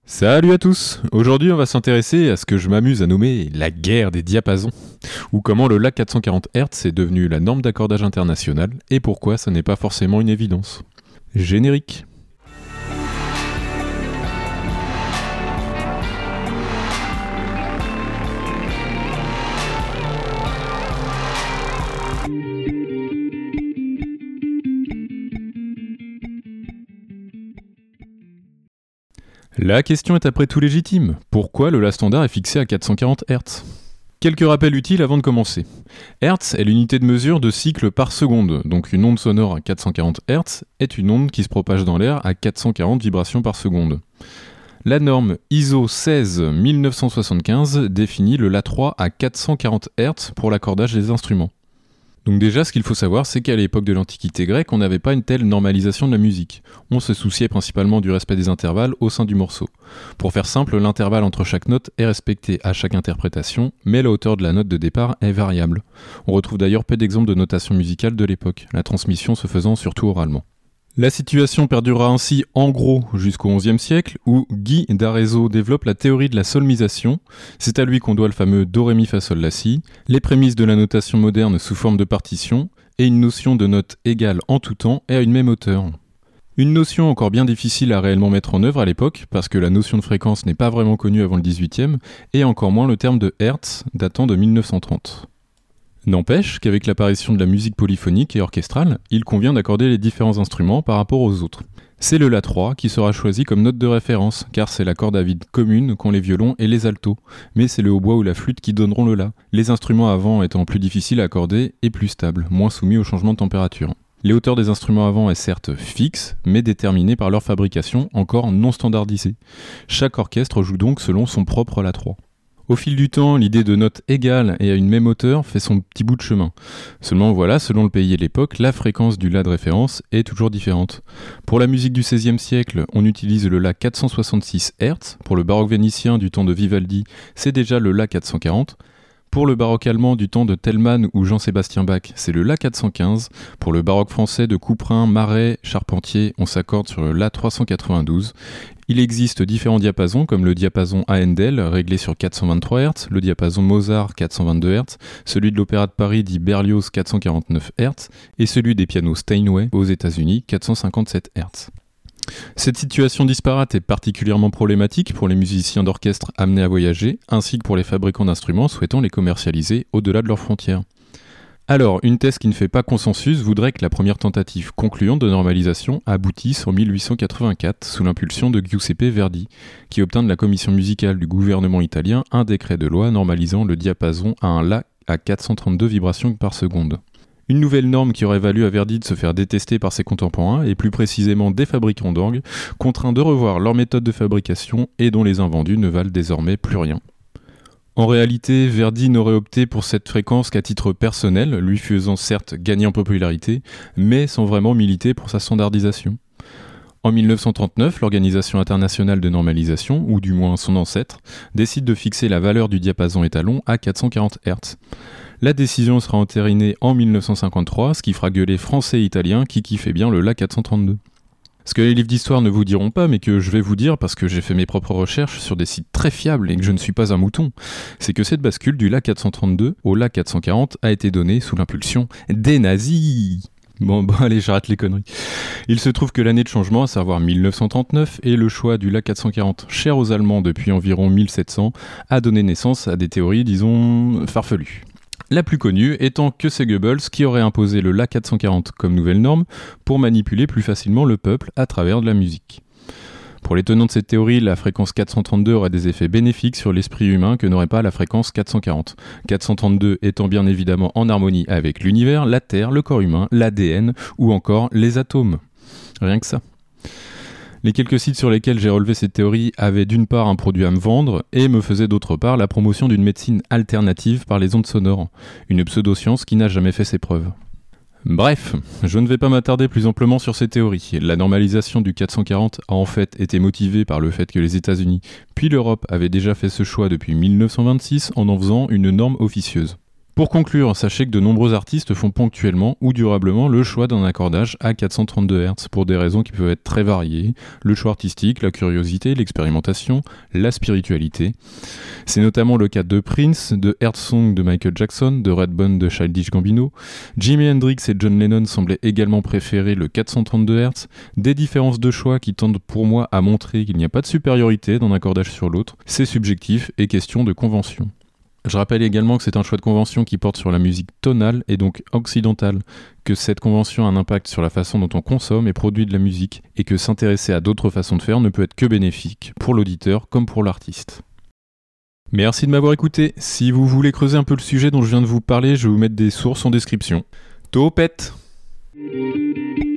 Salut à tous. Aujourd'hui on va s'intéresser à ce que je m'amuse à nommer la guerre des diapasons, ou comment le LAC 440 Hz est devenu la norme d'accordage international, et pourquoi ça n'est pas forcément une évidence. Générique. La question est après tout légitime. Pourquoi le La standard est fixé à 440 Hz ? Quelques rappels utiles avant de commencer. Hertz est l'unité de mesure de cycle par seconde, donc une onde sonore à 440 Hz est une onde qui se propage dans l'air à 440 vibrations par seconde. La norme ISO 16-1975 définit le La3 à 440 Hz pour l'accordage des instruments. Donc déjà, ce qu'il faut savoir, c'est qu'à l'époque de l'Antiquité grecque, on n'avait pas une telle normalisation de la musique. On se souciait principalement du respect des intervalles au sein du morceau. Pour faire simple, l'intervalle entre chaque note est respecté à chaque interprétation, mais la hauteur de la note de départ est variable. On retrouve d'ailleurs peu d'exemples de notation musicale de l'époque, la transmission se faisant surtout oralement. La situation perdurera ainsi en gros jusqu'au XIe siècle où Guy d'Arezzo développe la théorie de la solmisation. C'est à lui qu'on doit le fameux Do Ré Mi Fa Sol La Si, les prémices de la notation moderne sous forme de partition et une notion de note égale en tout temps et à une même hauteur. Une notion encore bien difficile à réellement mettre en œuvre à l'époque parce que la notion de fréquence n'est pas vraiment connue avant le XVIIIe et encore moins le terme de Hertz datant de 1930. N'empêche qu'avec l'apparition de la musique polyphonique et orchestrale, il convient d'accorder les différents instruments par rapport aux autres. C'est le La3 qui sera choisi comme note de référence, car c'est la corde à vide commune qu'ont les violons et les altos, mais c'est le hautbois ou la flûte qui donneront le La, les instruments avant étant plus difficiles à accorder et plus stables, moins soumis au changement de température. Les hauteurs des instruments avant est certes fixe, mais déterminée par leur fabrication, encore non standardisée. Chaque orchestre joue donc selon son propre La3. Au fil du temps, l'idée de notes égales et à une même hauteur fait son petit bout de chemin. Seulement voilà, selon le pays et l'époque, la fréquence du La de référence est toujours différente. Pour la musique du XVIe siècle, on utilise le La 466 Hz. Pour le baroque vénitien du temps de Vivaldi, c'est déjà le La 440. Pour le baroque allemand du temps de Telemann ou Jean-Sébastien Bach, c'est le La 415. Pour le baroque français de Couperin, Marais, Charpentier, on s'accorde sur le La 392. Il existe différents diapasons comme le diapason Haendel réglé sur 423 Hz, le diapason Mozart 422 Hz, celui de l'Opéra de Paris dit Berlioz 449 Hz et celui des pianos Steinway aux États-Unis 457 Hz. Cette situation disparate est particulièrement problématique pour les musiciens d'orchestre amenés à voyager, ainsi que pour les fabricants d'instruments souhaitant les commercialiser au-delà de leurs frontières. Alors, une thèse qui ne fait pas consensus voudrait que la première tentative concluante de normalisation aboutisse en 1884 sous l'impulsion de Giuseppe Verdi, qui obtint de la commission musicale du gouvernement italien un décret de loi normalisant le diapason à un La à 432 vibrations par seconde. Une nouvelle norme qui aurait valu à Verdi de se faire détester par ses contemporains, et plus précisément des fabricants d'orgues, contraints de revoir leur méthode de fabrication et dont les invendus ne valent désormais plus rien. En réalité, Verdi n'aurait opté pour cette fréquence qu'à titre personnel, lui faisant certes gagner en popularité, mais sans vraiment militer pour sa standardisation. En 1939, l'Organisation internationale de normalisation, ou du moins son ancêtre, décide de fixer la valeur du diapason étalon à 440 Hz. La décision sera entérinée en 1953, ce qui fera gueuler Français et Italiens qui kiffaient bien le La 432. Ce que les livres d'histoire ne vous diront pas, mais que je vais vous dire parce que j'ai fait mes propres recherches sur des sites très fiables et que je ne suis pas un mouton, c'est que cette bascule du La 432 au La 440 a été donnée sous l'impulsion des nazis. Bon, allez, j'arrête les conneries. Il se trouve que l'année de changement, à savoir 1939, et le choix du La 440, cher aux Allemands depuis environ 1700, a donné naissance à des théories, disons, farfelues. La plus connue étant que c'est Goebbels qui aurait imposé le La 440 comme nouvelle norme pour manipuler plus facilement le peuple à travers de la musique. Pour les tenants de cette théorie, la fréquence 432 aurait des effets bénéfiques sur l'esprit humain que n'aurait pas la fréquence 440. 432 étant bien évidemment en harmonie avec l'univers, la Terre, le corps humain, l'ADN ou encore les atomes. Rien que ça. Les quelques sites sur lesquels j'ai relevé cette théorie avaient d'une part un produit à me vendre et me faisaient d'autre part la promotion d'une médecine alternative par les ondes sonores, une pseudo-science qui n'a jamais fait ses preuves. Bref, je ne vais pas m'attarder plus amplement sur ces théories. La normalisation du 440 a en fait été motivée par le fait que les États-Unis puis l'Europe avaient déjà fait ce choix depuis 1926 en faisant une norme officieuse. Pour conclure, sachez que de nombreux artistes font ponctuellement ou durablement le choix d'un accordage à 432 Hz pour des raisons qui peuvent être très variées, le choix artistique, la curiosité, l'expérimentation, la spiritualité. C'est notamment le cas de Prince, de Heartsong de Michael Jackson, de Redbone de Childish Gambino. Jimi Hendrix et John Lennon semblaient également préférer le 432 Hz, des différences de choix qui tendent pour moi à montrer qu'il n'y a pas de supériorité d'un accordage sur l'autre, c'est subjectif et question de convention. Je rappelle également que c'est un choix de convention qui porte sur la musique tonale et donc occidentale, que cette convention a un impact sur la façon dont on consomme et produit de la musique, et que s'intéresser à d'autres façons de faire ne peut être que bénéfique, pour l'auditeur comme pour l'artiste. Merci de m'avoir écouté. Si vous voulez creuser un peu le sujet dont je viens de vous parler, je vais vous mettre des sources en description. Topette!